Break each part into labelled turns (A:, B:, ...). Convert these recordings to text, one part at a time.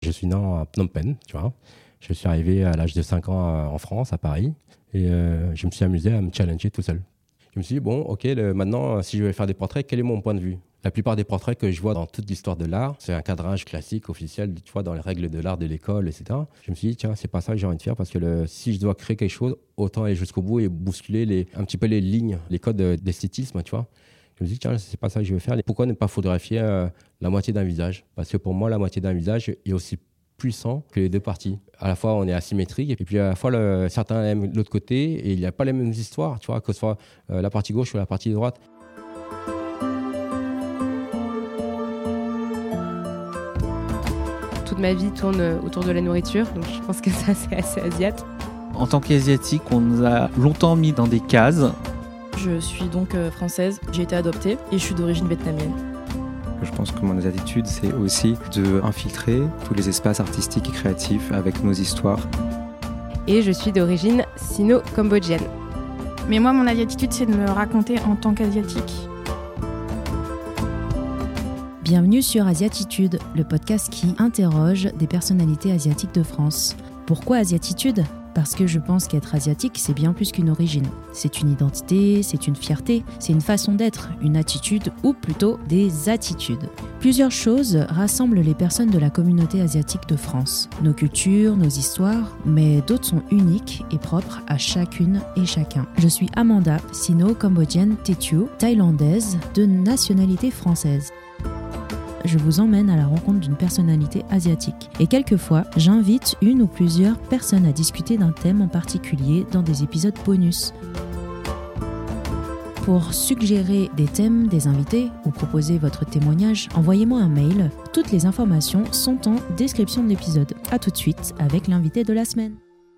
A: Je suis né à Phnom Penh, tu vois. Je suis arrivé à l'âge de 5 ans en France, à Paris, et je me suis amusé à me challenger tout seul. Je me suis dit, bon, ok, maintenant, si je vais faire des portraits, quel est mon point de vue? La plupart des portraits que je vois dans toute l'histoire de l'art, c'est un cadrage classique, officiel, tu vois, dans les règles de l'art de l'école, etc. Je me suis dit, tiens, c'est pas ça que j'ai envie de faire, parce que si je dois créer quelque chose, autant aller jusqu'au bout et bousculer un petit peu les lignes, les codes d'esthétisme, tu vois. Je me suis dit, tiens, c'est pas ça que je veux faire. Pourquoi ne pas photographier la moitié d'un visage? Parce que pour moi, la moitié d'un visage est aussi puissant que les deux parties. À la fois, on est asymétrique, et puis à la fois, certains aiment l'autre côté, et il n'y a pas les mêmes histoires, tu vois, que ce soit la partie gauche ou la partie droite.
B: Toute ma vie tourne autour de la nourriture, donc je pense que ça, c'est assez asiate.
C: En tant qu'asiatique, on nous a longtemps mis dans des cases.
D: Je suis donc française, j'ai été adoptée et je suis d'origine vietnamienne.
E: Je pense que mon attitude, c'est aussi d'infiltrer tous les espaces artistiques et créatifs avec nos histoires.
B: Et je suis d'origine sino-cambodgienne.
F: Mais moi, mon attitude, c'est de me raconter en tant qu'asiatique.
G: Bienvenue sur Asiatitude, le podcast qui interroge des personnalités asiatiques de France. Pourquoi Asiatitude ? Parce que je pense qu'être asiatique, c'est bien plus qu'une origine. C'est une identité, c'est une fierté, c'est une façon d'être, une attitude ou plutôt des attitudes. Plusieurs choses rassemblent les personnes de la communauté asiatique de France. Nos cultures, nos histoires, mais d'autres sont uniques et propres à chacune et chacun. Je suis Amanda, sino-cambodgienne Tétio, thaïlandaise, de nationalité française. Je vous emmène à la rencontre d'une personnalité asiatique. Et quelquefois, j'invite une ou plusieurs personnes à discuter d'un thème en particulier dans des épisodes bonus. Pour suggérer des thèmes, des invités ou proposer votre témoignage, envoyez-moi un mail. Toutes les informations sont en description de l'épisode. A tout de suite avec l'invité de la semaine.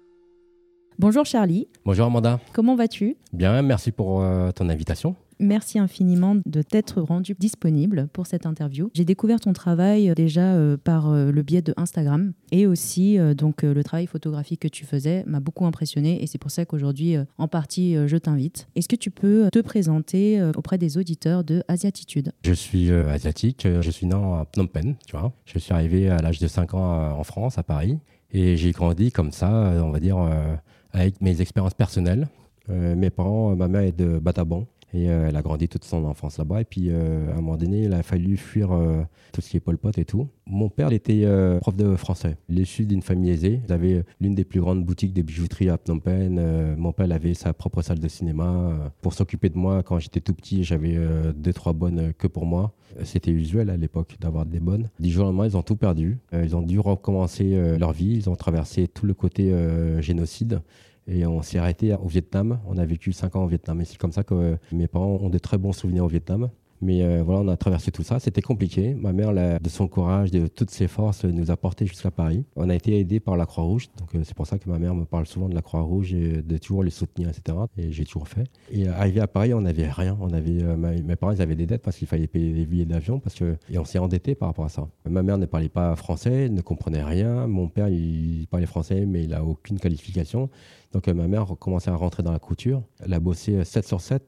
G: Bonjour Charlie.
A: Bonjour Amanda.
G: Comment vas-tu ?
A: Bien, merci pour ton invitation.
G: Merci infiniment de t'être rendu disponible pour cette interview. J'ai découvert ton travail déjà par le biais de Instagram et aussi le travail photographique que tu faisais m'a beaucoup impressionné et c'est pour ça qu'aujourd'hui, en partie, je t'invite. Est-ce que tu peux te présenter auprès des auditeurs de Asiatitude ?
A: Je suis asiatique, je suis né à Phnom Penh, tu vois. Je suis arrivé à l'âge de 5 ans en France, à Paris, et j'ai grandi comme ça, on va dire, avec mes expériences personnelles. Mes parents, ma mère est de Battambang. Et elle a grandi toute son enfance là-bas. Et puis, à un moment donné, il a fallu fuir tout ce qui est Pol Pot et tout. Mon père, il était prof de français. Il est issu d'une famille aisée. Il avait l'une des plus grandes boutiques de bijouterie à Phnom Penh. Mon père avait sa propre salle de cinéma. Pour s'occuper de moi, quand j'étais tout petit, j'avais 2-3 bonnes que pour moi. C'était usuel à l'époque d'avoir des bonnes. Du jour au lendemain, ils ont tout perdu. Ils ont dû recommencer leur vie. Ils ont traversé tout le côté génocide. Et on s'est arrêté au Vietnam. On a vécu 5 ans au Vietnam. Et c'est comme ça que mes parents ont de très bons souvenirs au Vietnam. Mais voilà, on a traversé tout ça. C'était compliqué. Ma mère, de son courage, de toutes ses forces, nous a portés jusqu'à Paris. On a été aidés par la Croix-Rouge. Donc c'est pour ça que ma mère me parle souvent de la Croix-Rouge et de toujours les soutenir, etc. Et j'ai toujours fait. Et arrivé à Paris, on n'avait rien. Mes parents, ils avaient des dettes parce qu'il fallait payer les billets d'avion. Et on s'est endettés par rapport à ça. Ma mère ne parlait pas français, ne comprenait rien. Mon père, il parlait français, mais il n'a aucune qualification. Donc ma mère commençait à rentrer dans la couture. Elle a bossé 7 sur 7,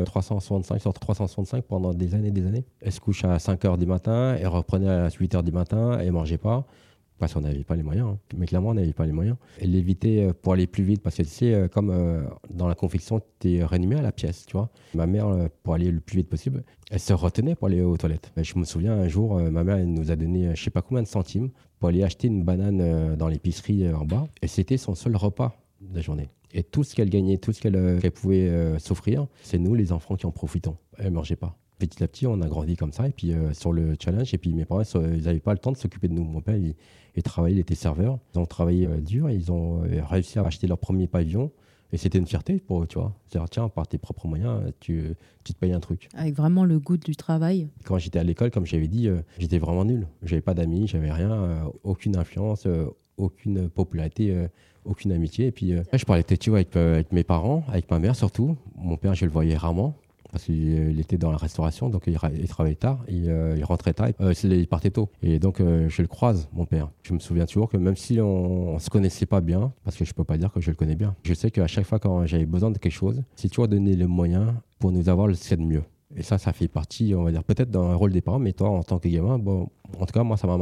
A: 365 sur 365 pendant des années et des années. Elle se couche à 5 h du matin, elle reprenait à 8 h du matin, elle ne mangeait pas. Parce qu'on n'avait pas les moyens. Hein. Mais clairement, on n'avait pas les moyens. Elle l'évitait pour aller plus vite parce que tu sais, comme dans la confection, tu es réanimé à la pièce, tu vois. Ma mère, pour aller le plus vite possible, elle se retenait pour aller aux toilettes. Je me souviens, un jour, ma mère elle nous a donné je ne sais pas combien de centimes pour aller acheter une banane dans l'épicerie en bas. Et c'était son seul repas de la journée. Et tout ce qu'elle gagnait, tout ce qu'elle pouvait s'offrir, c'est nous, les enfants, qui en profitons. Elle ne mangeait pas. Petit à petit, on a grandi comme ça. Et puis, sur le challenge, et puis mes parents, ils n'avaient pas le temps de s'occuper de nous. Mon père, il travaillait, il était serveur. Ils ont travaillé dur. Ils ont réussi à acheter leur premier pavillon. Et c'était une fierté pour eux, tu vois. C'est-à-dire, tiens, par tes propres moyens, tu te payes un truc.
G: Avec vraiment le goût du travail. Quand
A: j'étais à l'école, comme j'avais dit, j'étais vraiment nul. J'avais pas d'amis, j'avais rien, aucune influence, aucune popularité, aucune amitié. Et puis, je parlais tétio avec mes parents, avec ma mère surtout. Mon père, je le voyais rarement. Parce qu'il était dans la restauration, donc il travaillait tard, il rentrait tard, il partait tôt. Et donc je le croise, mon père. Je me souviens toujours que même si on ne se connaissait pas bien, parce que je ne peux pas dire que je le connais bien, je sais qu'à chaque fois quand j'avais besoin de quelque chose, c'est toujours donner les moyens pour nous avoir ce qu'il y a de mieux. Et ça fait partie, on va dire, peut-être d'un rôle des parents, mais toi, en tant que gamin, bon, en tout cas, moi, ça m'a marqué.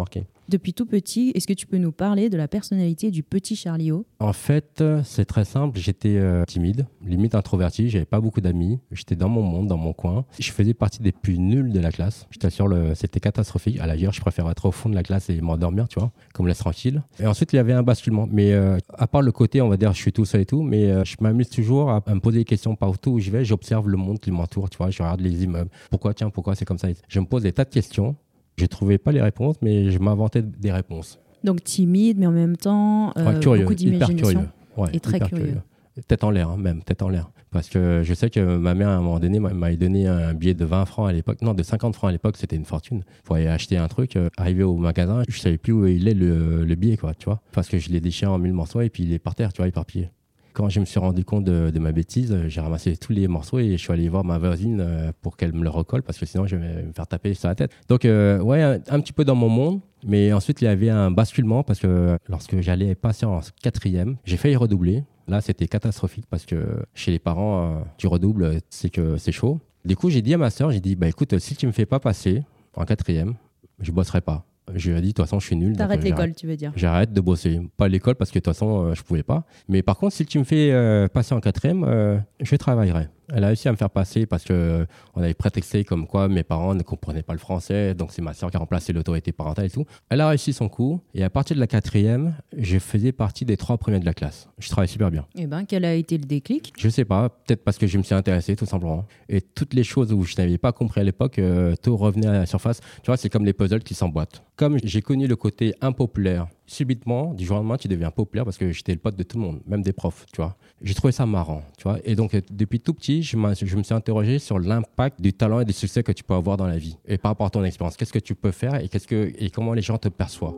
G: Depuis tout petit, est-ce que tu peux nous parler de la personnalité du petit Charlie O?
A: En fait, c'est très simple. J'étais timide, limite introverti. J'avais pas beaucoup d'amis. J'étais dans mon monde, dans mon coin. Je faisais partie des plus nuls de la classe. Je t'assure, c'était catastrophique. À la rigueur, je préférais être au fond de la classe et m'endormir, tu vois, comme laisse tranquille. Et ensuite, il y avait un basculement. Mais à part le côté, on va dire, je suis tout seul et tout, mais je m'amuse toujours à me poser des questions partout où je vais. J'observe le monde qui m'entoure, tu vois. Je regarde les immeubles. Pourquoi c'est comme ça? Je me pose des tas de questions. Je ne trouvais pas les réponses, mais je m'inventais des réponses.
G: Donc timide, mais en même temps,
A: curieux,
G: beaucoup d'imagination.
A: Ouais,
G: et très curieux.
A: Tête en l'air, tête en l'air. Parce que je sais que ma mère, à un moment donné, m'avait donné un billet de 20 francs à l'époque. Non, de 50 francs à l'époque, c'était une fortune. Pour aller acheter un truc, arrivé au magasin, je ne savais plus où il est le billet, quoi, tu vois. Parce que je l'ai déchiré en 1000 morceaux et puis il est par terre, tu vois, éparpillé. Quand je me suis rendu compte de ma bêtise, j'ai ramassé tous les morceaux et je suis allé voir ma voisine pour qu'elle me le recolle parce que sinon je vais me faire taper sur la tête. Donc un petit peu dans mon monde, mais ensuite il y avait un basculement parce que lorsque j'allais passer en 4e, j'ai failli redoubler. Là c'était catastrophique parce que chez les parents, tu redoubles, c'est que c'est chaud. Du coup j'ai dit à ma sœur, écoute, si tu me fais pas passer en 4e, je bosserai pas. Je lui ai dit, de toute façon, je suis nul.
G: T'arrêtes l'école, tu veux dire?
A: J'arrête de bosser. Pas l'école parce que de toute façon, je pouvais pas. Mais par contre, si tu me fais passer en 4e, je travaillerai. Elle a réussi à me faire passer parce qu'on avait prétexté comme quoi mes parents ne comprenaient pas le français. Donc, c'est ma sœur qui a remplacé l'autorité parentale et tout. Elle a réussi son coup. Et à partir de la 4e, je faisais partie des 3 premiers de la classe. Je travaillais super bien.
G: Eh bien, quel a été le déclic?
A: Je sais pas. Peut-être parce que je me suis intéressé, tout simplement. Et toutes les choses où je n'avais pas compris à l'époque, tout revenait à la surface. Tu vois, c'est comme les puzzles qui s'emboîtent. Comme j'ai connu le côté impopulaire, subitement, du jour au lendemain, tu deviens populaire parce que j'étais le pote de tout le monde, même des profs, tu vois. J'ai trouvé ça marrant, tu vois. Et donc, depuis tout petit, je me suis interrogé sur l'impact du talent et du succès que tu peux avoir dans la vie. Et par rapport à ton expérience, qu'est-ce que tu peux faire et comment les gens te perçoivent.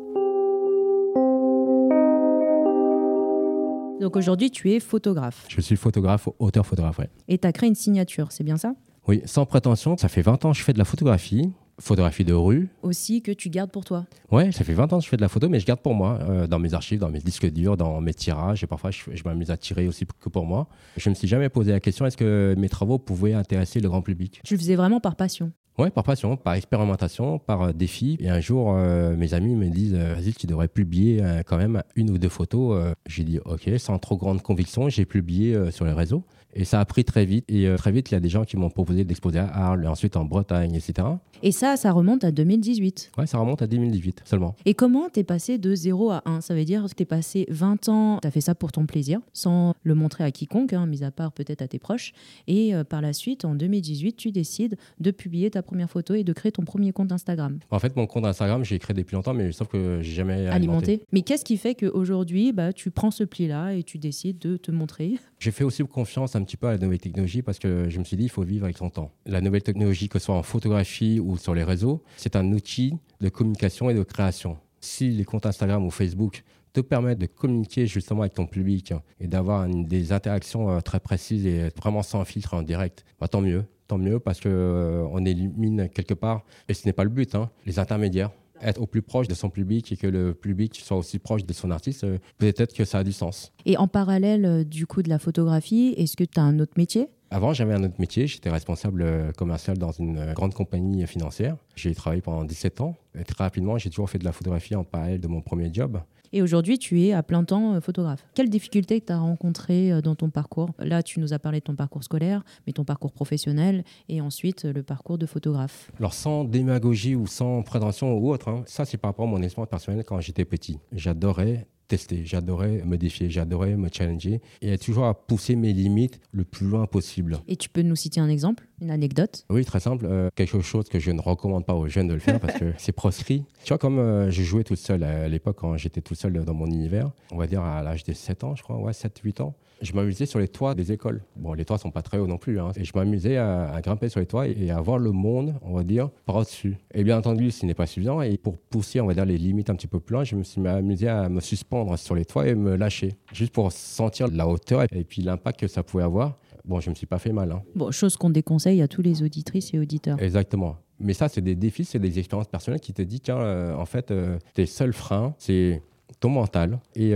G: Donc aujourd'hui, tu es photographe.
A: Je suis photographe, auteur-photographe, ouais.
G: Et tu as créé une signature, c'est bien ça?
A: Oui, sans prétention, ça fait 20 ans que je fais de la photographie de rue.
G: Aussi que tu gardes pour toi?
A: Ouais, ça fait 20 ans que je fais de la photo, mais je garde pour moi, dans mes archives, dans mes disques durs, dans mes tirages. Et parfois, je m'amuse à tirer aussi que pour moi. Je ne me suis jamais posé la question, est-ce que mes travaux pouvaient intéresser le grand public?
G: Tu le faisais vraiment par passion?
A: Ouais, par passion, par expérimentation, par défi. Et un jour, mes amis me disent, vas-y, tu devrais publier quand même 1 ou 2 photos. J'ai dit, ok, sans trop grande conviction, j'ai publié sur les réseaux. Et ça a pris très vite. Et très vite, il y a des gens qui m'ont proposé d'exposer à Arles, ensuite en Bretagne, etc.
G: Et ça remonte à 2018.
A: Ouais, ça remonte à 2018 seulement.
G: Et comment t'es passé de 0 à 1? Ça veut dire que t'es passé 20 ans, t'as fait ça pour ton plaisir, sans le montrer à quiconque, mis à part peut-être à tes proches. Et par la suite, en 2018, tu décides de publier ta première photo et de créer ton premier compte Instagram.
A: En fait, mon compte Instagram, j'ai créé depuis longtemps, mais sauf que j'ai jamais alimenté.
G: Mais qu'est-ce qui fait qu'aujourd'hui, tu prends ce pli-là et tu décides de te montrer?
A: J'ai fait aussi confiance un petit peu à la nouvelle technologie parce que je me suis dit, il faut vivre avec son temps. La nouvelle technologie, que ce soit en photographie ou sur les réseaux, c'est un outil de communication et de création. Si les comptes Instagram ou Facebook te permettent de communiquer justement avec ton public et d'avoir des interactions très précises et vraiment sans filtre en direct, tant mieux. Tant mieux parce qu'on élimine quelque part, et ce n'est pas le but, les intermédiaires. Être au plus proche de son public et que le public soit aussi proche de son artiste, peut-être que ça a du sens.
G: Et en parallèle du coup de la photographie, est-ce que tu as un autre métier?
A: Avant, j'avais un autre métier. J'étais responsable commercial dans une grande compagnie financière. J'ai travaillé pendant 17 ans. Et très rapidement, j'ai toujours fait de la photographie en parallèle de mon premier job.
G: Et aujourd'hui, tu es à plein temps photographe. Quelles difficultés tu as rencontrées dans ton parcours? Là, tu nous as parlé de ton parcours scolaire, mais ton parcours professionnel et ensuite le parcours de photographe.
A: Alors, sans démagogie ou sans prétention ou autre, ça, c'est par rapport à mon expérience personnelle quand j'étais petit. J'adorais tester, j'adorais me défier, j'adorais me challenger et toujours à pousser mes limites le plus loin possible.
G: Et tu peux nous citer un exemple, une anecdote?
A: Oui, très simple. Quelque chose que je ne recommande pas aux jeunes de le faire parce que c'est proscrit. Tu vois, comme je jouais tout seul à l'époque quand j'étais tout seul dans mon univers, on va dire à l'âge de 7 ans, je crois, 7-8 ans, je m'amusais sur les toits des écoles. Bon, les toits sont pas très hauts non plus, et je m'amusais à grimper sur les toits et à voir le monde, on va dire, par au-dessus. Et bien entendu, ce n'est pas suffisant. Et pour pousser, on va dire, les limites un petit peu plus loin, je me suis amusé à me suspendre sur les toits et me lâcher, juste pour sentir la hauteur et puis l'impact que ça pouvait avoir. Bon, je me suis pas fait mal.
G: Bon, chose qu'on déconseille à tous les auditrices et auditeurs.
A: Exactement. Mais ça, c'est des défis, c'est des expériences personnelles qui te disent, tiens, en fait, tes seuls freins, c'est ton mental et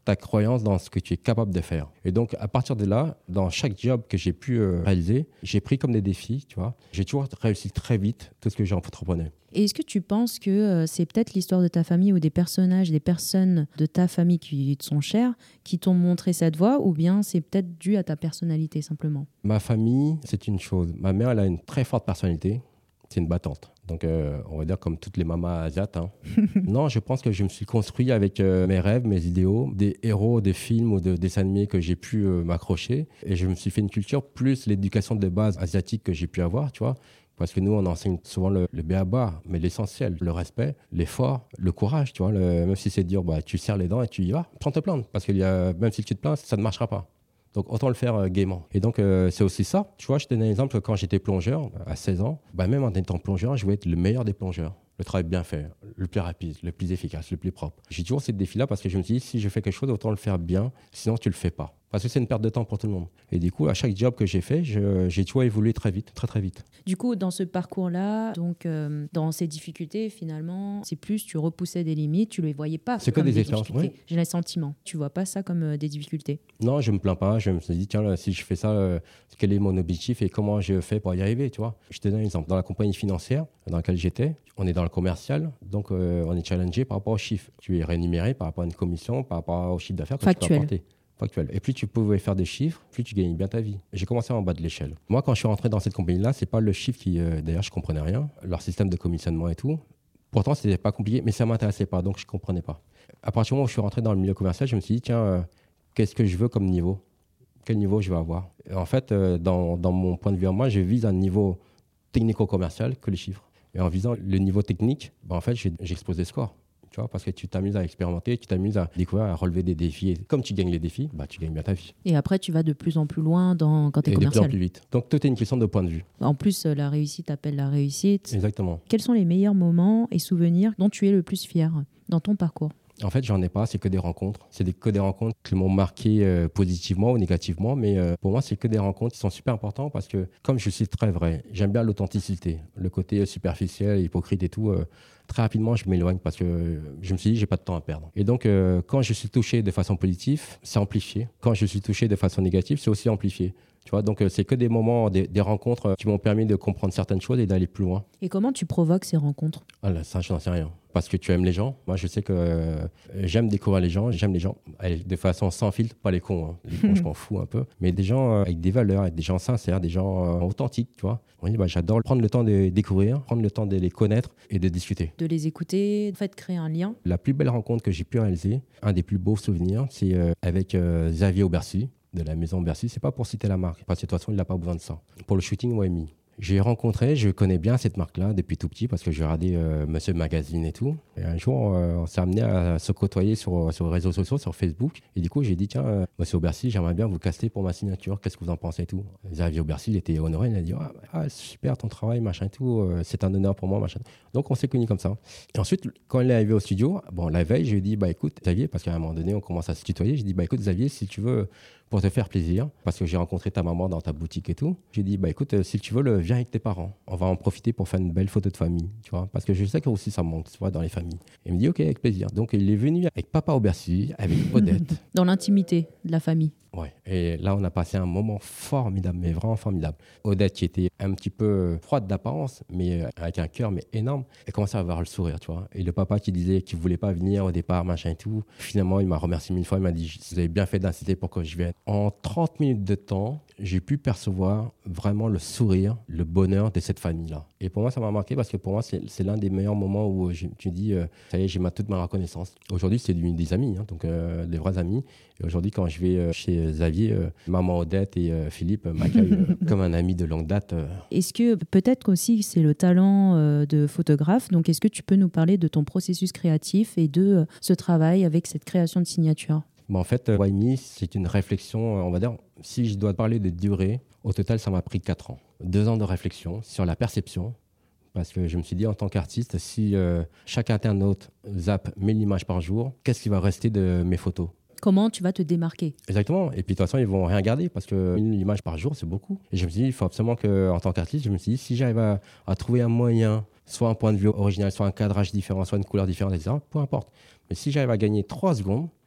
A: ta croyance dans ce que tu es capable de faire. Et donc, à partir de là, dans chaque job que j'ai pu réaliser, j'ai pris comme des défis, tu vois. J'ai toujours réussi très vite tout ce que j'ai entreprenais.
G: Et est-ce que tu penses que c'est peut-être l'histoire de ta famille ou des personnages, des personnes de ta famille qui te sont chères, qui t'ont montré cette voie, ou bien c'est peut-être dû à ta personnalité simplement?
A: Ma famille, c'est une chose. Ma mère, elle a une très forte personnalité. C'est une battante. Donc, on va dire comme toutes les mamas asiates. Hein. Non, je pense que je me suis construit avec mes rêves, mes idéaux, des héros, des films ou de dessins animés que j'ai pu m'accrocher. Et je me suis fait une culture plus l'éducation de base asiatique que j'ai pu avoir, tu vois. Parce que nous, on enseigne souvent le b.a.-ba, mais l'essentiel, le respect, l'effort, le courage, tu vois. Même si c'est dur, tu serres les dents et tu y vas, sans te plaindre. Parce que même si tu te plains, ça ne marchera pas. Donc, autant le faire gaiement. Et donc, c'est aussi ça. Tu vois, je te donne un exemple. Quand j'étais plongeur, à 16 ans, même en étant plongeur, je voulais être le meilleur des plongeurs. Le travail bien fait, le plus rapide, le plus efficace, le plus propre. J'ai toujours ces défis-là parce que je me suis dit, si je fais quelque chose, autant le faire bien. Sinon, tu ne le fais pas. Parce que c'est une perte de temps pour tout le monde. Et du coup, à chaque job que j'ai fait, j'ai toujours évolué très vite, très très vite.
G: Du coup, dans ce parcours-là, donc dans ces difficultés, finalement, c'est plus tu repoussais des limites, tu ne les voyais pas.
A: C'est que des expériences. Oui.
G: J'ai le sentiment. Tu ne vois pas ça comme des difficultés.
A: Non, je ne me plains pas. Je me suis dit, tiens, là, si je fais ça, quel est mon objectif et comment je fais pour y arriver, tu vois. Je te donne un exemple. Dans la compagnie financière dans laquelle j'étais, on est dans le commercial, donc on est challengé par rapport aux chiffres. Tu es rémunéré par rapport à une commission, par rapport au chiffre d'affaires que tu peux apporter. Factuel. Et plus tu pouvais faire des chiffres, plus tu gagnais bien ta vie. J'ai commencé en bas de l'échelle. Moi, quand je suis rentré dans cette compagnie-là, c'est pas le chiffre qui... d'ailleurs, je comprenais rien. Leur système de commissionnement et tout. Pourtant, c'était pas compliqué, mais ça m'intéressait pas, donc je comprenais pas. À partir du moment où je suis rentré dans le milieu commercial, je me suis dit, tiens, qu'est-ce que je veux comme niveau? Quel niveau je veux avoir? Et en fait, dans mon point de vue en moi, je vise un niveau technico-commercial que les chiffres. Et en visant le niveau technique, en fait, j'explose des scores. Tu vois, parce que tu t'amuses à expérimenter, tu t'amuses à découvrir, à relever des défis. Et comme tu gagnes les défis, tu gagnes bien ta vie.
G: Et après, tu vas de plus en plus loin quand tu es commercial.
A: Et de plus en plus vite. Donc, tout est une question de point de vue.
G: En plus, la réussite appelle la réussite.
A: Exactement.
G: Quels sont les meilleurs moments et souvenirs dont tu es le plus fier dans ton parcours?
A: En fait, j'en ai pas, c'est que des rencontres. Que des rencontres qui m'ont marqué positivement ou négativement, mais pour moi, c'est que des rencontres qui sont super importantes parce que, comme je suis très vrai, j'aime bien l'authenticité, le côté superficiel, hypocrite et tout. Très rapidement, je m'éloigne parce que je me suis dit, j'ai pas de temps à perdre. Et donc, quand je suis touché de façon positive, c'est amplifié. Quand je suis touché de façon négative, c'est aussi amplifié. Tu vois, donc c'est que des moments, des rencontres qui m'ont permis de comprendre certaines choses et d'aller plus loin.
G: Et comment tu provoques ces rencontres?
A: Ah là, ça, je n'en sais rien. Parce que tu aimes les gens. Moi, je sais que j'aime découvrir les gens. J'aime les gens de façon sans filtre, pas les cons. Hein. Les cons, je m'en fous un peu. Mais des gens avec des valeurs, avec des gens sincères, des gens authentiques, tu vois. Oui, j'adore prendre le temps de découvrir, prendre le temps de les connaître et de discuter.
G: De les écouter, en fait, créer un lien.
A: La plus belle rencontre que j'ai pu réaliser, un des plus beaux souvenirs, c'est avec Xavier Aubercy, de la maison Bercy. C'est pas pour citer la marque, parce que de toute façon, il n'a pas besoin de ça. Pour le shooting OMI. J'ai rencontré, je connais bien cette marque-là depuis tout petit parce que j'ai regardé Monsieur Magazine et tout. Et un jour, on s'est amené à se côtoyer sur les réseaux sociaux, sur Facebook. Et du coup, j'ai dit, tiens, Monsieur Aubercy, j'aimerais bien vous caster pour ma signature. Qu'est-ce que vous en pensez et tout? Xavier Aubercy, il était honoré. Il a dit, super ton travail, machin et tout. C'est un honneur pour moi, machin. Donc, on s'est connus comme ça. Et ensuite, quand il est arrivé au studio, la veille, je lui ai dit, écoute, Xavier, parce qu'à un moment donné, on commence à se tutoyer. J'ai dit, écoute, Xavier, si tu veux... pour te faire plaisir, parce que j'ai rencontré ta maman dans ta boutique et tout. J'ai dit, écoute, si tu veux, viens avec tes parents. On va en profiter pour faire une belle photo de famille, tu vois, parce que je sais que aussi ça manque, tu vois, dans les familles. Et il me dit, ok, avec plaisir. Donc, il est venu avec papa Aubercy, avec Odette.
G: Dans l'intimité de la famille.
A: Ouais. Et là, on a passé un moment formidable, mais vraiment formidable. Odette, qui était un petit peu froide d'apparence, mais avec un cœur énorme, elle commençait à avoir le sourire, tu vois. Et le papa qui disait qu'il ne voulait pas venir au départ, machin et tout, finalement, il m'a remercié 1000 fois. Il m'a dit, vous avez bien fait d'inciter pour que je vienne. En 30 minutes de temps, j'ai pu percevoir vraiment le sourire, le bonheur de cette famille-là. Et pour moi, ça m'a marqué parce que pour moi, c'est l'un des meilleurs moments où tu dis, ça y est, j'ai toute ma reconnaissance. Aujourd'hui, c'est des amis, hein, donc des vrais amis. Et aujourd'hui, quand je vais chez Xavier, maman Odette et Philippe m'accueillent comme un ami de longue date.
G: Est-ce que peut-être qu'aussi c'est le talent de photographe, donc est-ce que tu peux nous parler de ton processus créatif et de ce travail avec cette création de signature?
A: En fait, OMI, c'est une réflexion, on va dire, si je dois parler de durée, au total, ça m'a pris 4 ans. 2 ans de réflexion sur la perception, parce que je me suis dit, en tant qu'artiste, si chaque internaute zappe 1000 images par jour, qu'est-ce qui va rester de mes photos?
G: Comment tu vas te démarquer?
A: Exactement. Et puis de toute façon, ils vont rien garder parce que 1000 images par jour, c'est beaucoup. Et je me suis dit, il faut absolument qu'en tant qu'artiste, je me suis dit, si j'arrive à trouver un moyen, soit un point de vue original, soit un cadrage différent, soit une couleur différente, etc., peu importe. Mais si j'arrive à gagner 3 secondes,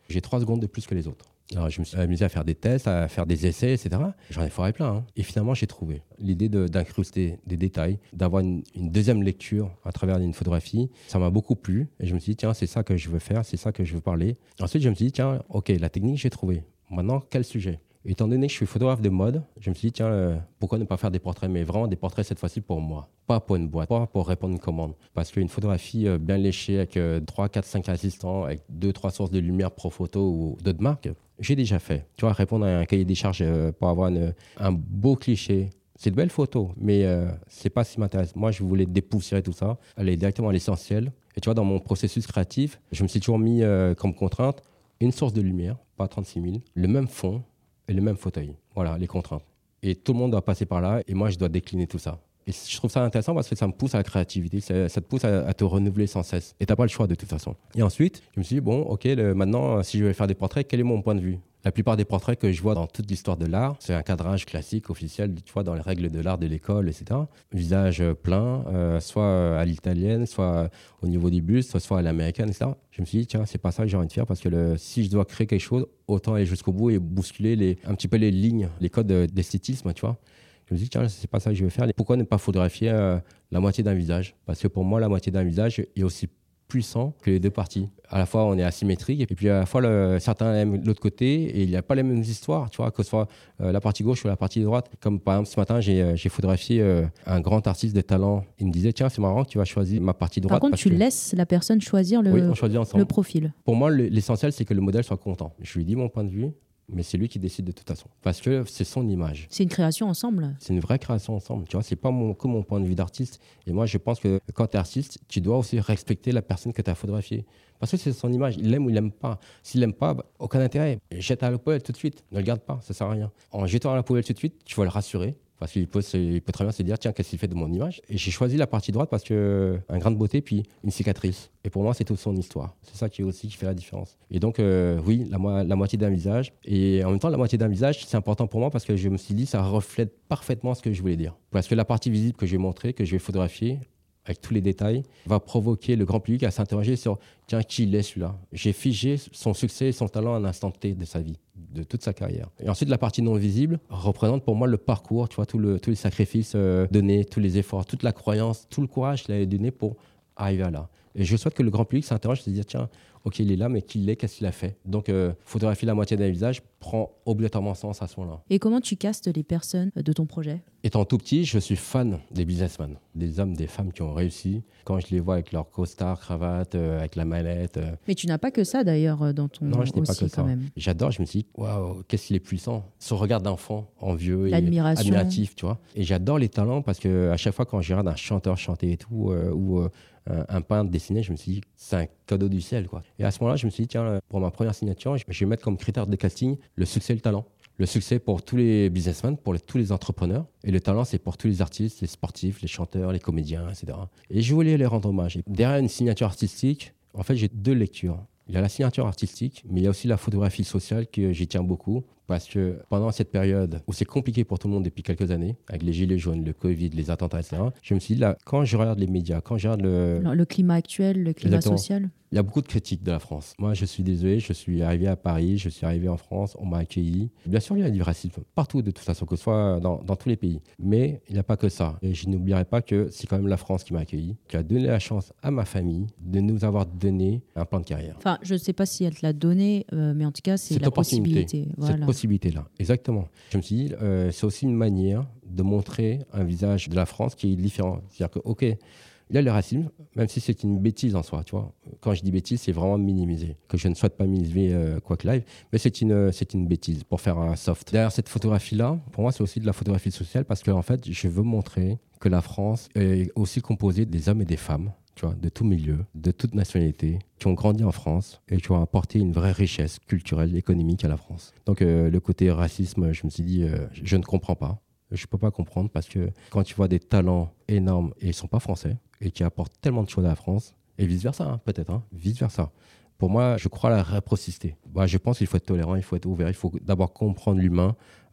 A: J'ai 3 secondes de plus que les autres. Alors, je me suis amusé à faire des tests, à faire des essais, etc. J'en ai foiré plein. Hein. Et finalement, j'ai trouvé l'idée d'incruster des détails, d'avoir une deuxième lecture à travers une photographie. Ça m'a beaucoup plu. Et je me suis dit, tiens, c'est ça que je veux faire, c'est ça que je veux parler. Ensuite, je me suis dit, tiens, OK, la technique, j'ai trouvé. Maintenant, quel sujet ? Étant donné que je suis photographe de mode, je me suis dit, tiens, pourquoi ne pas faire des portraits, mais vraiment des portraits cette fois-ci pour moi, pas pour une boîte, pas pour répondre à une commande. Parce qu'une photographie bien léchée avec 3, 4, 5 assistants, avec 2, 3 sources de lumière pro photo ou d'autres marques, j'ai déjà fait. Tu vois, répondre à un cahier des charges pour avoir un beau cliché. C'est de belles photos, mais c'est pas ce qui m'intéresse. Moi, je voulais dépoussiérer tout ça, aller directement à l'essentiel. Et tu vois, dans mon processus créatif, je me suis toujours mis comme contrainte une source de lumière, pas 36 000, le même fond, et le même fauteuil. Voilà, les contraintes. Et tout le monde doit passer par là, et moi, je dois décliner tout ça. Et je trouve ça intéressant parce que ça me pousse à la créativité, ça te pousse à te renouveler sans cesse. Et tu n'as pas le choix de toute façon. Et ensuite, je me suis dit, bon, OK, maintenant, si je vais faire des portraits, quel est mon point de vue ? La plupart des portraits que je vois dans toute l'histoire de l'art, c'est un cadrage classique, officiel, tu vois, dans les règles de l'art de l'école, etc. Visage plein, soit à l'italienne, soit au niveau du buste, soit à l'américaine, etc. Je me suis dit, tiens, c'est pas ça que j'ai envie de faire parce que si je dois créer quelque chose, autant aller jusqu'au bout et bousculer un petit peu les lignes, les codes d'esthétisme, tu vois. Je me suis dit, tiens, c'est pas ça que je veux faire. Pourquoi ne pas photographier la moitié d'un visage ? Parce que pour moi, la moitié d'un visage est aussi puissant que les deux parties. À la fois, on est asymétrique, et puis à la fois, certains aiment l'autre côté, et il n'y a pas les mêmes histoires, tu vois, que ce soit la partie gauche ou la partie droite. Comme par exemple, ce matin, j'ai photographié un grand artiste de talent. Il me disait, tiens, c'est marrant que tu vas choisir ma partie droite.
G: Par contre, tu laisses la personne choisir
A: on choisit ensemble.
G: Le profil.
A: Pour moi, l'essentiel, c'est que le modèle soit content. Je lui dis mon point de vue, mais c'est lui qui décide de toute façon. Parce que c'est son image.
G: C'est une création ensemble. C'est
A: une vraie création ensemble. Tu vois, c'est pas que mon point de vue d'artiste. Et moi, je pense que quand tu es artiste, tu dois aussi respecter la personne que tu as photographiée. Parce que c'est son image. Il l'aime ou il l'aime pas. S'il l'aime pas, aucun intérêt. Jette à la poubelle tout de suite. Ne le garde pas, ça sert à rien. En jetant à la poubelle tout de suite, tu vas le rassurer. Parce qu'il peut très bien se dire, tiens, qu'est-ce qu'il fait de mon image ? Et j'ai choisi la partie droite parce que un grain de beauté, puis une cicatrice. Et pour moi, c'est toute son histoire. C'est ça qui fait la différence. Et donc, oui, la moitié d'un visage. Et en même temps, la moitié d'un visage, c'est important pour moi parce que je me suis dit, ça reflète parfaitement ce que je voulais dire. Parce que la partie visible que je vais montrer, que je vais photographier, avec tous les détails, va provoquer le grand public à s'interroger sur tiens, qui il est celui-là ? J'ai figé son succès et son talent à un instant T de sa vie, de toute sa carrière. Et ensuite, la partie non visible représente pour moi le parcours, tu vois, tous les sacrifices donnés, tous les efforts, toute la croyance, tout le courage qu'il a donné pour arriver à là. Et je souhaite que le grand public s'interroge, se dire tiens, ok, il est là, mais qui il est, qu'est-ce qu'il a fait ? Donc, photographier la moitié d'un visage prend obligatoirement sens à ce moment-là.
G: Et comment tu castes les personnes de ton projet ?
A: Étant tout petit, je suis fan des businessmen, des hommes, des femmes qui ont réussi. Quand je les vois avec leur costard, cravate, avec la mallette.
G: Mais tu n'as pas que ça d'ailleurs dans ton
A: Non, je n'ai pas que ça.
G: Même.
A: J'adore, je me suis dit, waouh, qu'est-ce qu'il est puissant. Ce regard d'enfant, envieux et
G: l'admiration.
A: Admiratif, tu vois. Et j'adore les talents parce qu'à chaque fois quand je regarde un chanteur chanter et tout, ou un peintre dessiner, je me suis dit, c'est un cadeau du ciel, quoi. Et à ce moment-là, je me suis dit, tiens, pour ma première signature, je vais mettre comme critère de casting le succès et le talent. Le succès pour tous les businessmen, pour tous les entrepreneurs. Et le talent, c'est pour tous les artistes, les sportifs, les chanteurs, les comédiens, etc. Et je voulais les rendre hommage. Et derrière une signature artistique, en fait, j'ai deux lectures. Il y a la signature artistique, mais il y a aussi la photographie sociale que j'y tiens beaucoup. Parce que pendant cette période où c'est compliqué pour tout le monde depuis quelques années, avec les gilets jaunes, le Covid, les attentats, etc., je me suis dit, là, quand je regarde les médias, quand je regarde
G: le climat actuel, le climat social,
A: il y a beaucoup de critiques de la France. Moi, je suis désolé, je suis arrivé à Paris, je suis arrivé en France, on m'a accueilli. Bien sûr, il y a du racisme partout, de toute façon, que ce soit dans tous les pays. Mais il n'y a pas que ça. Et je n'oublierai pas que c'est quand même la France qui m'a accueilli, qui a donné la chance à ma famille de nous avoir donné un plan de carrière.
G: Enfin, je ne sais pas si elle te l'a donné, mais en tout cas, c'est la possibilité. Voilà.
A: Cette possibilité-là, exactement. Je me suis dit, c'est aussi une manière de montrer un visage de la France qui est différent. C'est-à-dire que, ok, il y a le racisme, même si c'est une bêtise en soi, tu vois. Quand je dis bêtise, c'est vraiment minimiser. Que je ne souhaite pas minimiser Quack Live, mais c'est une bêtise pour faire un soft. Derrière cette photographie-là, pour moi, c'est aussi de la photographie sociale parce que, en fait, je veux montrer que la France est aussi composée des hommes et des femmes, tu vois, de tout milieu, de toute nationalité, qui ont grandi en France et qui ont apporté une vraie richesse culturelle, économique à la France. Donc, le côté racisme, je me suis dit, je ne comprends pas. Je ne peux pas comprendre parce que quand tu vois des talents énormes et ils ne sont pas français et qui apportent tellement de choses à la France, et vice-versa, hein, peut-être, vice-versa. Pour moi, je crois à la réciprocité. Je pense qu'il faut être tolérant, il faut être ouvert, il faut d'abord comprendre l'humain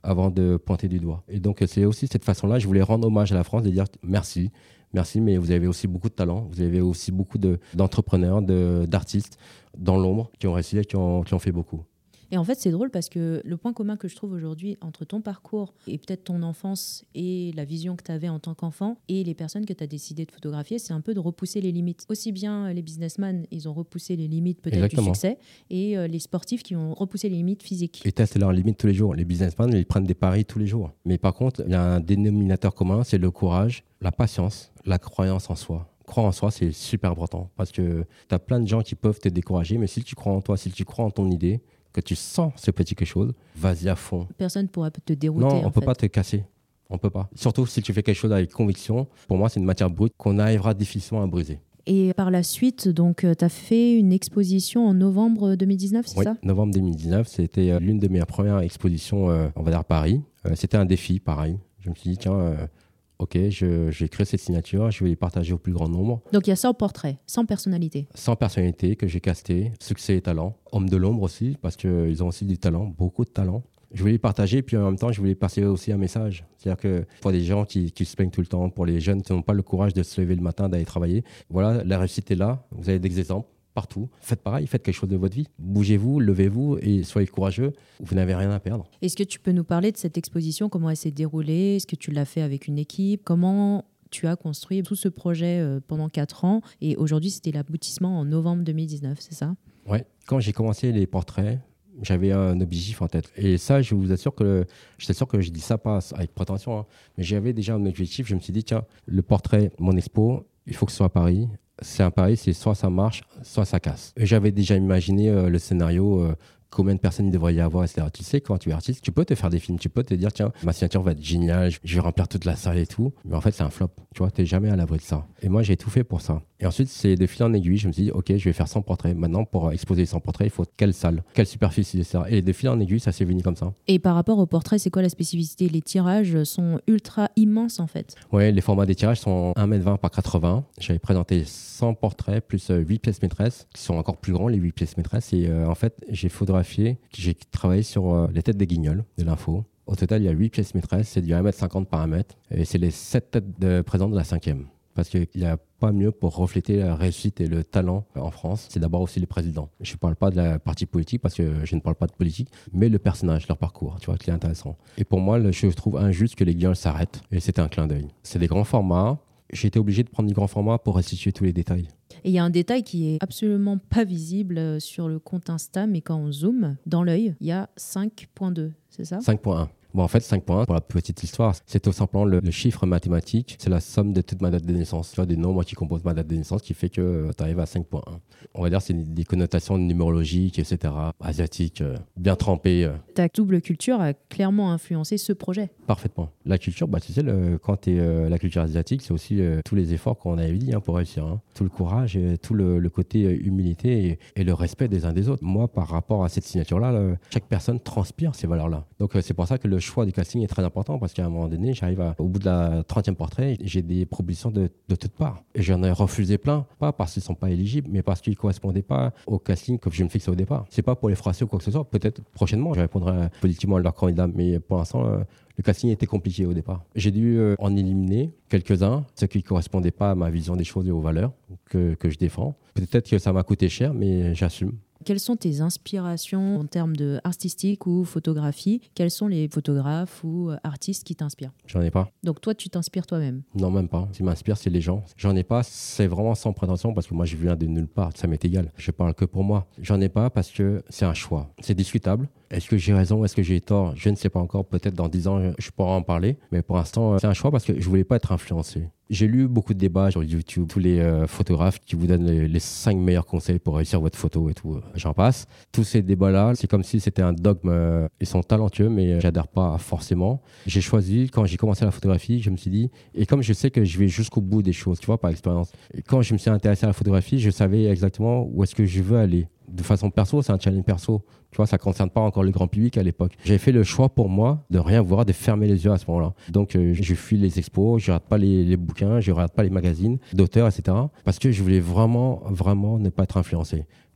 A: avant de pointer du doigt. Et donc, c'est aussi cette façon-là, je voulais rendre hommage à la France, de dire merci, mais vous avez aussi beaucoup de talent, vous avez aussi beaucoup d'entrepreneurs, d'artistes dans l'ombre qui ont réussi et qui ont fait beaucoup.
G: Et en fait, c'est drôle parce que le point commun que je trouve aujourd'hui entre ton parcours et peut-être ton enfance et la vision que tu avais en tant qu'enfant et les personnes que tu as décidé de photographier, c'est un peu de repousser les limites. Aussi bien les businessmen, ils ont repoussé les limites peut-être du succès, et les sportifs qui ont repoussé les limites physiques.
A: Ils testent leurs limites tous les jours. Les businessmen, ils prennent des paris tous les jours. Mais par contre, il y a un dénominateur commun, c'est le courage, la patience, la croyance en soi. Croire en soi, c'est super important parce que tu as plein de gens qui peuvent te décourager, mais si tu crois en toi, si tu crois en ton idée, que tu sens ce petit quelque chose, vas-y à fond.
G: Personne ne pourra te dérouter.
A: Non, on ne peut pas te casser. On peut pas. Surtout si tu fais quelque chose avec conviction. Pour moi, c'est une matière brute qu'on arrivera difficilement à briser.
G: Et par la suite, donc, tu as fait une exposition en novembre 2019, c'est ça ?
A: Oui, novembre 2019, c'était l'une de mes premières expositions, on va dire, à Paris. C'était un défi, pareil. Je me suis dit, tiens... Ok, j'ai créé cette signature, je vais les partager au plus grand nombre.
G: Donc il y a 100 portraits, 100 personnalités.
A: 100 personnalités que j'ai castées, succès et talent. Hommes de l'ombre aussi, parce qu'ils ont aussi du talent, beaucoup de talent. Je voulais les partager, puis en même temps, je voulais passer aussi un message. C'est-à-dire que pour des gens qui se plaignent tout le temps, pour les jeunes qui n'ont pas le courage de se lever le matin, d'aller travailler, voilà, la réussite est là, vous avez des exemples. Partout. Faites pareil, faites quelque chose de votre vie. Bougez-vous, levez-vous et soyez courageux. Vous n'avez rien à perdre.
G: Est-ce que tu peux nous parler de cette exposition, comment elle s'est déroulée ? Est-ce que tu l'as fait avec une équipe ? Comment tu as construit tout ce projet pendant 4 ans ? Et aujourd'hui, c'était l'aboutissement en novembre 2019, c'est ça ?
A: Oui. Quand j'ai commencé les portraits, j'avais un objectif en tête. Et ça, je vous assure que je dis ça pas avec prétention, hein, mais j'avais déjà un objectif. Je me suis dit, tiens, le portrait, mon expo, il faut que ce soit à Paris. C'est un pari, c'est soit ça marche, soit ça casse. Et j'avais déjà imaginé le scénario, combien de personnes il devrait y avoir, etc. Tu sais, quand tu es artiste, tu peux te faire des films, tu peux te dire, tiens, ma signature va être géniale, je vais remplir toute la salle et tout. Mais en fait, c'est un flop. Tu vois, tu n'es jamais à l'abri de ça. Et moi, j'ai tout fait pour ça. Et ensuite, c'est de fil en aiguille, je me suis dit, ok, je vais faire 100 portraits. Maintenant, pour exposer 100 portraits, il faut quelle salle, quelle superficie, etc. Et de fil en aiguille, ça s'est venu comme ça.
G: Et par rapport aux portraits, c'est quoi la spécificité ? Les tirages sont ultra immenses, en fait.
A: Oui, les formats des tirages sont 1m20 par 80. J'avais présenté 100 portraits plus 8 pièces maîtresses, qui sont encore plus grands, les 8 pièces maîtresses. Et en fait, j'ai photographié, j'ai travaillé sur les têtes des guignols de l'info. Au total, il y a 8 pièces maîtresses, c'est du 1m50 par 1m. Et c'est les 7 têtes présentes de la 5e. Parce qu'il n'y a pas mieux pour refléter la réussite et le talent en France. C'est d'abord aussi les présidents. Je ne parle pas de la partie politique parce que je ne parle pas de politique, mais le personnage, leur parcours, tu vois, qui est intéressant. Et pour moi, je trouve injuste que les guignols s'arrêtent. Et c'était un clin d'œil. C'est des grands formats. J'ai été obligé de prendre du grand format pour restituer tous les détails.
G: Et il y a un détail qui est absolument pas visible sur le compte Insta, mais quand on zoome dans l'œil, il y a 5.2, c'est ça ?
A: 5.1. Bon, en fait, 5.1, pour la petite histoire, c'est tout simplement le chiffre mathématique. C'est la somme de toute ma date de naissance. Tu vois, des nombres qui composent ma date de naissance qui fait que tu arrives à 5.1. On va dire que c'est des connotations numérologiques, etc., asiatiques, bien trempées.
G: Ta double culture a clairement influencé ce projet.
A: Parfaitement. La culture, tu sais, quand tu es la culture asiatique, c'est aussi tous les efforts qu'on avait dit pour réussir. Hein. Tout le courage, et tout le côté humilité et le respect des uns des autres. Moi, par rapport à cette signature-là, chaque personne transpire ces valeurs-là. Donc, c'est pour ça que le choix du casting est très important parce qu'à un moment donné, j'arrive au bout de la 30e portrait, j'ai des propositions de toutes parts. Et j'en ai refusé plein, pas parce qu'ils ne sont pas éligibles, mais parce qu'ils ne correspondaient pas au casting que je me fixais au départ. C'est pas pour les froisser ou quoi que ce soit. Peut-être prochainement, je répondrai positivement à leur candidat, mais pour l'instant, le casting était compliqué au départ. J'ai dû en éliminer quelques-uns, ceux qui ne correspondaient pas à ma vision des choses et aux valeurs que je défends. Peut-être que ça m'a coûté cher, mais j'assume.
G: Quelles sont tes inspirations en termes de artistique ou photographie ? Quels sont les photographes ou artistes qui t'inspirent ?
A: J'en ai pas.
G: Donc toi, tu t'inspires toi-même ?
A: Non, même pas. Ce qui m'inspire, c'est les gens. J'en ai pas, c'est vraiment sans prétention parce que moi, je viens de nulle part. Ça m'est égal. Je parle que pour moi. J'en ai pas parce que c'est un choix. C'est discutable. Est-ce que j'ai raison? Est-ce que j'ai tort? Je ne sais pas encore. Peut-être dans 10 ans, je pourrai en parler. Mais pour l'instant, c'est un choix parce que je voulais pas être influencé. J'ai lu beaucoup de débats sur YouTube, tous les photographes qui vous donnent les 5 meilleurs conseils pour réussir votre photo et tout, j'en passe. Tous ces débats-là, c'est comme si c'était un dogme. Ils sont talentueux, mais j'adhère pas forcément. J'ai choisi, quand j'ai commencé la photographie, je me suis dit, et comme je sais que je vais jusqu'au bout des choses, tu vois, par expérience. Et quand je me suis intéressé à la photographie, je savais exactement où est-ce que je veux aller. De façon perso, c'est un challenge perso. Tu vois, ça ne concerne pas encore le grand public à l'époque. J'ai fait le choix pour moi de rien voir, de fermer les yeux à ce moment-là. Donc, je fuis les expos, je ne regarde pas les bouquins, je ne regarde pas les magazines d'auteurs, etc. Parce que je voulais vraiment, vraiment ne pas être influencé.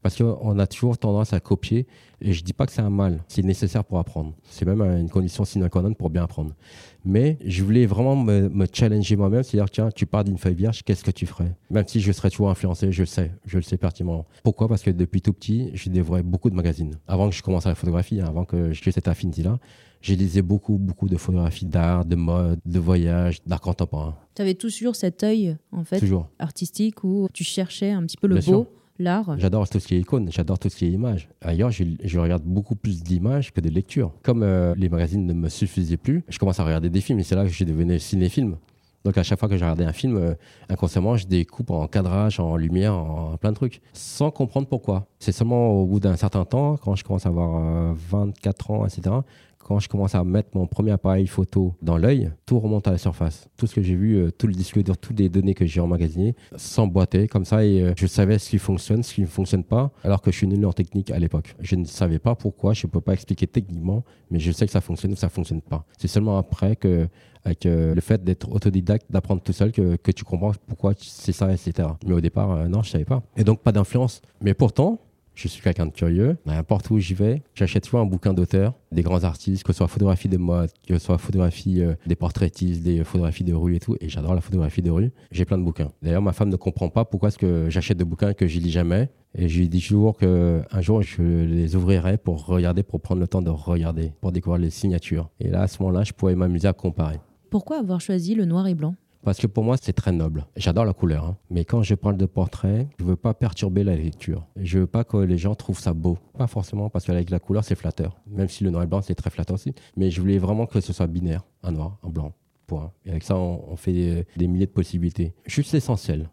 A: Parce qu'on a toujours tendance à copier, et je dis pas que c'est un mal, c'est nécessaire pour apprendre. C'est même une condition sine qua non pour bien apprendre. Mais je voulais vraiment me challenger moi-même, c'est-à-dire, tiens, tu pars d'une feuille vierge, qu'est-ce que tu ferais? Même si je serais toujours influencé, je le sais pertinemment. Pourquoi? Parce que depuis tout petit, je dévorais beaucoup de magazines. Avant que je commence à la photographie, avant que j'ai cette affinité-là, j'ai lisé beaucoup de photographies d'art, de mode, de voyage, d'art contemporain.
G: Tu avais toujours cet œil, en fait,
A: toujours.
G: Artistique, où tu cherchais un petit peu le
A: Bien
G: beau,
A: sûr.
G: l'art.
A: J'adore tout ce qui est icône, j'adore tout ce qui est image. Ailleurs, je regarde beaucoup plus d'images que de lectures. Comme les magazines ne me suffisaient plus, je commence à regarder des films et c'est là que je suis devenu cinéphile. Donc à chaque fois que je regardais un film, inconsciemment, je découpe en cadrage, en lumière, en plein de trucs, sans comprendre pourquoi. C'est seulement au bout d'un certain temps, quand je commence à avoir 24 ans, etc., quand je commence à mettre mon premier appareil photo dans l'œil, tout remonte à la surface. Tout ce que j'ai vu, tout le disque dur, toutes les données que j'ai emmagasinées, s'emboîtaient comme ça et je savais ce qui fonctionne, ce qui ne fonctionne pas, alors que je suis nul en technique à l'époque. Je ne savais pas pourquoi, je ne peux pas expliquer techniquement, mais je sais que ça fonctionne ou ça ne fonctionne pas. C'est seulement après que, avec le fait d'être autodidacte, d'apprendre tout seul, que tu comprends pourquoi c'est ça, etc. Mais au départ, non, je ne savais pas. Et donc, pas d'influence. Mais pourtant, je suis quelqu'un de curieux. N'importe où j'y vais, j'achète toujours un bouquin d'auteur, des grands artistes, que ce soit photographie de mode, que ce soit photographie des portraitistes, des photographies de rue et tout. Et j'adore la photographie de rue. J'ai plein de bouquins. D'ailleurs, ma femme ne comprend pas pourquoi est-ce que j'achète des bouquins que je lis jamais. Et je lui dis toujours qu'un jour, je les ouvrirai pour regarder, pour prendre le temps de regarder, pour découvrir les signatures. Et là, à ce moment-là, je pourrais m'amuser à comparer.
G: Pourquoi avoir choisi le noir et blanc?
A: Parce que pour moi, c'est très noble. J'adore la couleur, hein. Mais quand je parle de portrait, je veux pas perturber la lecture. Je veux pas que les gens trouvent ça beau. Pas forcément, parce qu'avec la couleur, c'est flatteur. Même si le noir et blanc, c'est très flatteur aussi. Mais je voulais vraiment que ce soit binaire. Un noir, un blanc, point. Et avec ça, on fait des milliers de possibilités. Juste l'essentiel.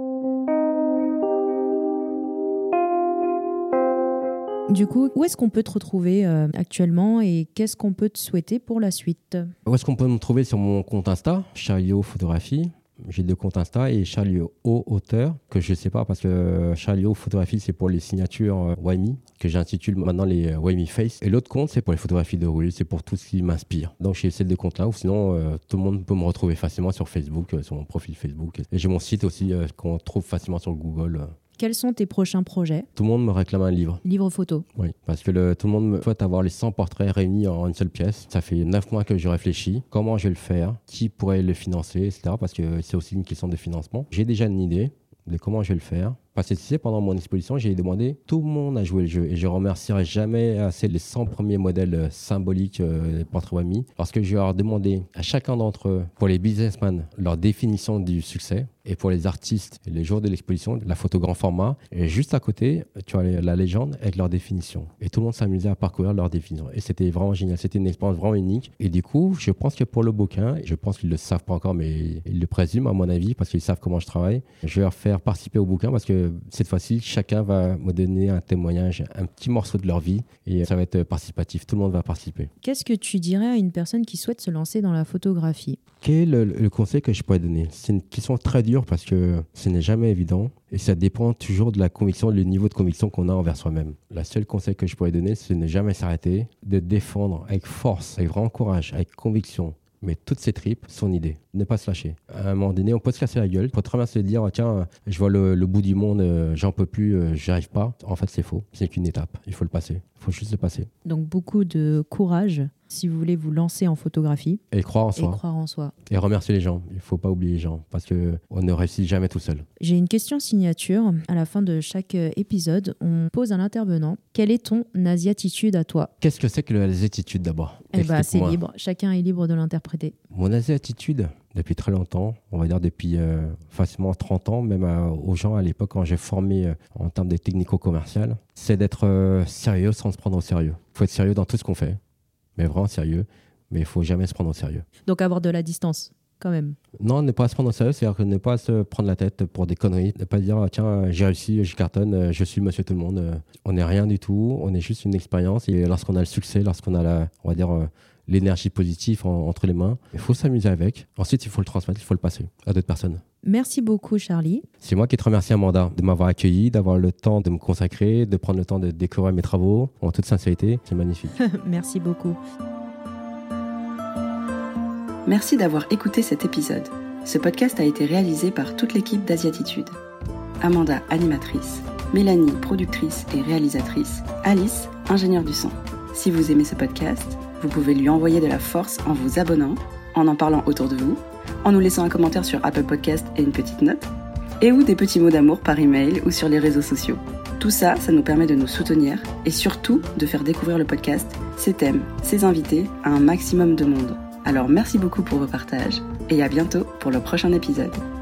G: Du coup, où est-ce qu'on peut te retrouver actuellement et qu'est-ce qu'on peut te souhaiter pour la suite?
A: Où est-ce qu'on peut me trouver sur mon compte Insta, Charlie O Photographie. J'ai 2 comptes Insta et Charlie O Auteur, que je ne sais pas parce que Charlie O Photographie, c'est pour les signatures Wayme, que j'intitule maintenant les Wayme Face. Et l'autre compte, c'est pour les photographies de rue, c'est pour tout ce qui m'inspire. Donc j'ai ces 2 comptes-là, ou sinon tout le monde peut me retrouver facilement sur Facebook, sur mon profil Facebook. Et j'ai mon site aussi qu'on trouve facilement sur Google.
G: Quels sont tes prochains projets?
A: Tout le monde me réclame un livre.
G: Livre photo.
A: Oui, parce que tout le monde me souhaite avoir les 100 portraits réunis en une seule pièce. Ça fait 9 mois que je réfléchis. Comment je vais le faire? Qui pourrait le financer, etc. Parce que c'est aussi une question de financement. J'ai déjà une idée de comment je vais le faire. Parce que tu sais, pendant mon exposition, j'ai demandé tout le monde à jouer le jeu. Et je remercierai jamais assez les 100 premiers modèles symboliques des portraits Wayme. Parce que je vais leur demander à chacun d'entre eux, pour les businessmen, leur définition du succès. Et pour les artistes, les jours de l'exposition, la photo grand format. Et juste à côté, tu as la légende avec leur définition. Et tout le monde s'amusait à parcourir leur définition. Et c'était vraiment génial. C'était une expérience vraiment unique. Et du coup, je pense que pour le bouquin, je pense qu'ils ne le savent pas encore, mais ils le présument à mon avis, parce qu'ils savent comment je travaille. Je vais leur faire participer au bouquin parce que cette fois-ci, chacun va me donner un témoignage, un petit morceau de leur vie. Et ça va être participatif. Tout le monde va participer.
G: Qu'est-ce que tu dirais à une personne qui souhaite se lancer dans la photographie?
A: Quel est le conseil que je pourrais donner? C'est une question très dure parce que ce n'est jamais évident et ça dépend toujours de la conviction, le niveau de conviction qu'on a envers soi-même. Le seul conseil que je pourrais donner, c'est de ne jamais s'arrêter, de défendre avec force, avec vraiment courage, avec conviction, mais toutes ses tripes, son idée. Ne pas se lâcher. À un moment donné, on peut se casser la gueule. Il faut très bien se dire, tiens, je vois le bout du monde, j'en peux plus, j'y arrive pas. En fait, c'est faux. C'est qu'une étape. Il faut le passer. Il faut juste le passer.
G: Donc, beaucoup de courage si vous voulez vous lancer en photographie.
A: Et croire en soi.
G: Et croire en soi.
A: Et remercier les gens. Il ne faut pas oublier les gens parce qu'on ne réussit jamais tout seul.
G: J'ai une question signature. À la fin de chaque épisode, on pose à l'intervenant, quelle est ton asiatitude à toi?
A: Qu'est-ce que c'est que l'asiatitude d'abord?
G: C'est libre. Chacun est libre de l'interpréter.
A: Mon asiatitude, depuis très longtemps, on va dire depuis facilement 30 ans, même aux gens à l'époque quand j'ai formé en termes de technico-commerciales, c'est d'être sérieux sans se prendre au sérieux. Il faut être sérieux dans tout ce qu'on fait, mais vraiment sérieux, mais il ne faut jamais se prendre au sérieux.
G: Donc avoir de la distance quand même.
A: Non, ne pas se prendre au sérieux, c'est-à-dire que ne pas se prendre la tête pour des conneries, ne pas dire tiens, j'ai réussi, je cartonne, je suis monsieur tout le monde. On n'est rien du tout, on est juste une expérience et lorsqu'on a le succès, lorsqu'on a on va dire l'énergie positive entre les mains, il faut s'amuser avec. Ensuite, il faut le transmettre, il faut le passer à d'autres personnes.
G: Merci beaucoup, Charlie.
A: C'est moi qui te remercie, Amanda, de m'avoir accueilli, d'avoir le temps de me consacrer, de prendre le temps de découvrir mes travaux. En toute sincérité, c'est magnifique.
G: Merci beaucoup.
H: Merci d'avoir écouté cet épisode. Ce podcast a été réalisé par toute l'équipe d'Asiatitude. Amanda, animatrice, Mélanie, productrice et réalisatrice, Alice, ingénieure du son. Si vous aimez ce podcast, vous pouvez lui envoyer de la force en vous abonnant, en parlant autour de vous, en nous laissant un commentaire sur Apple Podcast et une petite note, et ou des petits mots d'amour par email ou sur les réseaux sociaux. Tout ça, ça nous permet de nous soutenir et surtout de faire découvrir le podcast, ses thèmes, ses invités à un maximum de monde. Alors merci beaucoup pour vos partages et à bientôt pour le prochain épisode.